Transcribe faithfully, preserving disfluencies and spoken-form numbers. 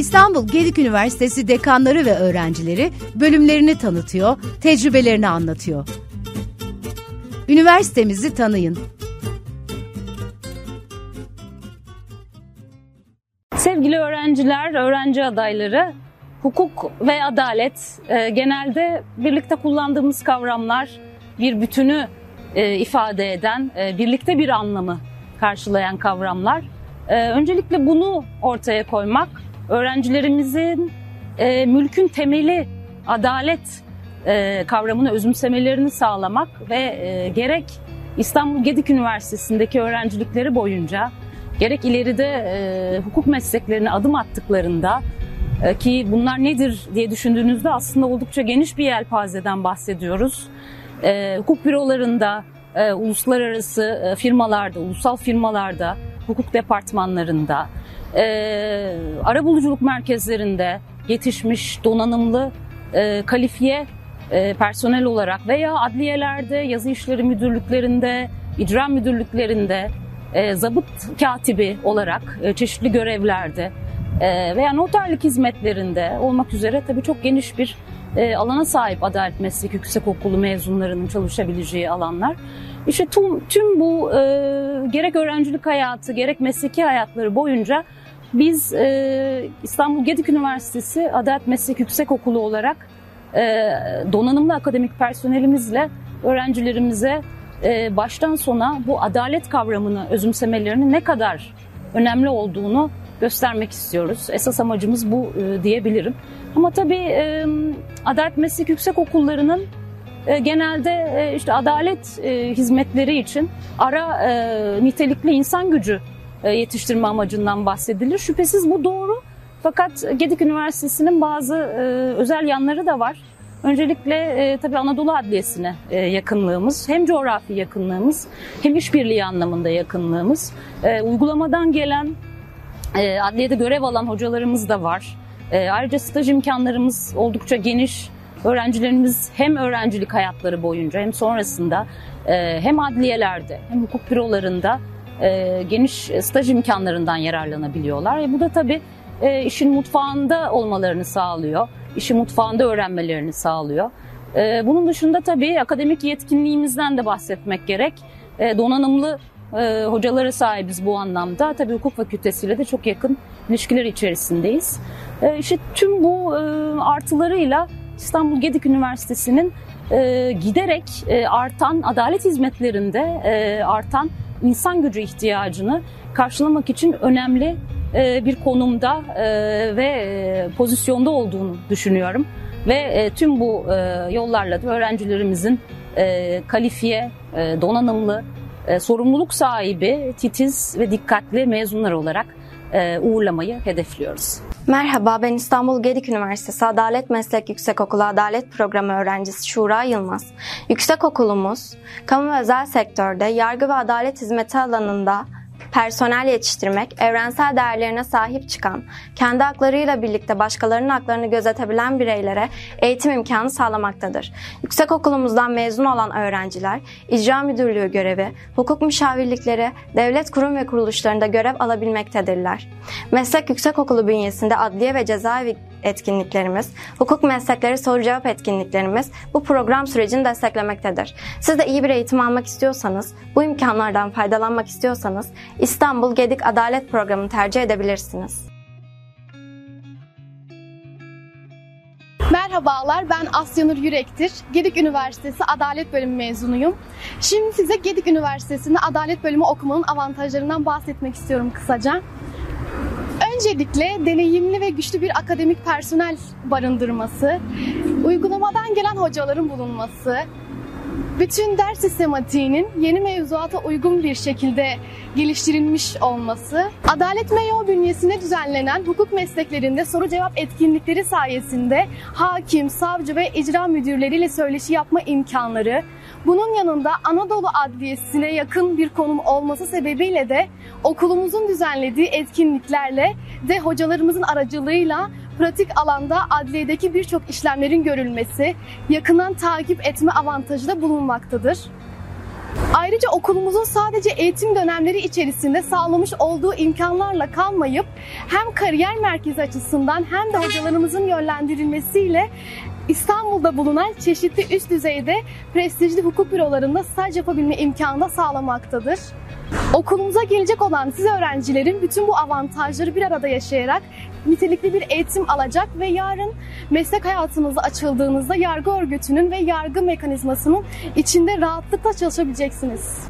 İstanbul Gedik Üniversitesi dekanları ve öğrencileri bölümlerini tanıtıyor, tecrübelerini anlatıyor. Üniversitemizi tanıyın. Sevgili öğrenciler, öğrenci adayları, hukuk ve adalet e, genelde birlikte kullandığımız kavramlar, bir bütünü e, ifade eden, e, birlikte bir anlamı karşılayan kavramlar. E, öncelikle bunu ortaya koymak, öğrencilerimizin e, mülkün temeli adalet e, kavramını özümsemelerini sağlamak ve e, gerek İstanbul Gedik Üniversitesi'ndeki öğrencilikleri boyunca, gerek ileride e, hukuk mesleklerine adım attıklarında, e, ki bunlar nedir diye düşündüğünüzde aslında oldukça geniş bir yelpazeden bahsediyoruz. E, hukuk bürolarında, e, uluslararası e, firmalarda, ulusal firmalarda, hukuk departmanlarında, e, arabuluculuk merkezlerinde yetişmiş, donanımlı, e, kalifiye e, personel olarak veya adliyelerde, yazı işleri müdürlüklerinde, icra müdürlüklerinde, E, zabıt katibi olarak e, çeşitli görevlerde e, veya noterlik hizmetlerinde olmak üzere tabii çok geniş bir e, alana sahip Adalet Meslek Yüksekokulu mezunlarının çalışabileceği alanlar. İşte tüm, tüm bu e, gerek öğrencilik hayatı gerek mesleki hayatları boyunca biz e, İstanbul Gedik Üniversitesi Adalet Meslek Yüksekokulu olarak e, donanımlı akademik personelimizle öğrencilerimize baştan sona bu adalet kavramını özümsemelerinin ne kadar önemli olduğunu göstermek istiyoruz. Esas amacımız bu diyebilirim. Ama tabii Adalet Meslek Yüksekokullarının genelde işte adalet hizmetleri için ara nitelikli insan gücü yetiştirme amacından bahsedilir. Şüphesiz bu doğru. Fakat Gedik Üniversitesi'nin bazı özel yanları da var. Öncelikle e, tabii Anadolu Adliyesi'ne e, yakınlığımız, hem coğrafi yakınlığımız hem işbirliği anlamında yakınlığımız. E, uygulamadan gelen, e, adliyede görev alan hocalarımız da var. E, ayrıca staj imkanlarımız oldukça geniş. Öğrencilerimiz hem öğrencilik hayatları boyunca hem sonrasında e, hem adliyelerde hem hukuk bürolarında e, geniş staj imkanlarından yararlanabiliyorlar. E, bu da tabii e, işin mutfağında olmalarını sağlıyor. İşi mutfağında öğrenmelerini sağlıyor. Ee, bunun dışında tabii akademik yetkinliğimizden de bahsetmek gerek. Ee, donanımlı e, hocalara sahibiz bu anlamda. Tabii hukuk fakültesiyle de çok yakın ilişkiler içerisindeyiz. Ee, işte tüm bu e, artılarıyla İstanbul Gedik Üniversitesi'nin e, giderek e, artan adalet hizmetlerinde e, artan insan gücü ihtiyacını karşılamak için önemli bir konumda ve pozisyonda olduğunu düşünüyorum. Ve tüm bu yollarla da öğrencilerimizin kalifiye, donanımlı, sorumluluk sahibi, titiz ve dikkatli mezunlar olarak uğurlamayı hedefliyoruz. Merhaba, ben İstanbul Gedik Üniversitesi Adalet Meslek Yüksekokulu Adalet Programı öğrencisi Şura Yılmaz. Yüksekokulumuz, kamu ve özel sektörde yargı ve adalet hizmeti alanında personel yetiştirmek, evrensel değerlerine sahip çıkan, kendi haklarıyla birlikte başkalarının haklarını gözetebilen bireylere eğitim imkanı sağlamaktadır. Yüksekokulumuzdan mezun olan öğrenciler, icra müdürlüğü görevi, hukuk müşavirlikleri, devlet kurum ve kuruluşlarında görev alabilmektedirler. Meslek Yüksekokulu bünyesinde adliye ve cezaevi etkinliklerimiz, hukuk meslekleri soru-cevap etkinliklerimiz bu program sürecini desteklemektedir. Siz de iyi bir eğitim almak istiyorsanız, bu imkanlardan faydalanmak istiyorsanız İstanbul Gedik Adalet Programı'nı tercih edebilirsiniz. Merhabalar, ben Asyanur Yürektir. Gedik Üniversitesi Adalet Bölümü mezunuyum. Şimdi size Gedik Üniversitesi'nde Adalet Bölümü okumanın avantajlarından bahsetmek istiyorum kısaca. Öncelikle deneyimli ve güçlü bir akademik personel barındırması, uygulamadan gelen hocaların bulunması, bütün ders sistematiğinin yeni mevzuata uygun bir şekilde geliştirilmiş olması, Adalet M Y O bünyesinde düzenlenen hukuk mesleklerinde soru-cevap etkinlikleri sayesinde hakim, savcı ve icra müdürleriyle söyleşi yapma imkanları, bunun yanında Anadolu Adliyesi'ne yakın bir konum olması sebebiyle de okulumuzun düzenlediği etkinliklerle de hocalarımızın aracılığıyla pratik alanda adliyedeki birçok işlemlerin görülmesi, yakından takip etme avantajı da bulunmaktadır. Ayrıca Ayrıca okulumuzun sadece eğitim dönemleri içerisinde sağlamış olduğu imkanlarla kalmayıp hem kariyer merkezi açısından hem de hocalarımızın yönlendirilmesiyle İstanbul'da bulunan çeşitli üst düzeyde prestijli hukuk bürolarında staj yapabilme imkanı da sağlamaktadır. Okulumuza gelecek olan siz öğrencilerin bütün bu avantajları bir arada yaşayarak nitelikli bir eğitim alacak ve yarın meslek hayatınıza açıldığınızda yargı örgütünün ve yargı mekanizmasının içinde rahatlıkla çalışabileceksiniz.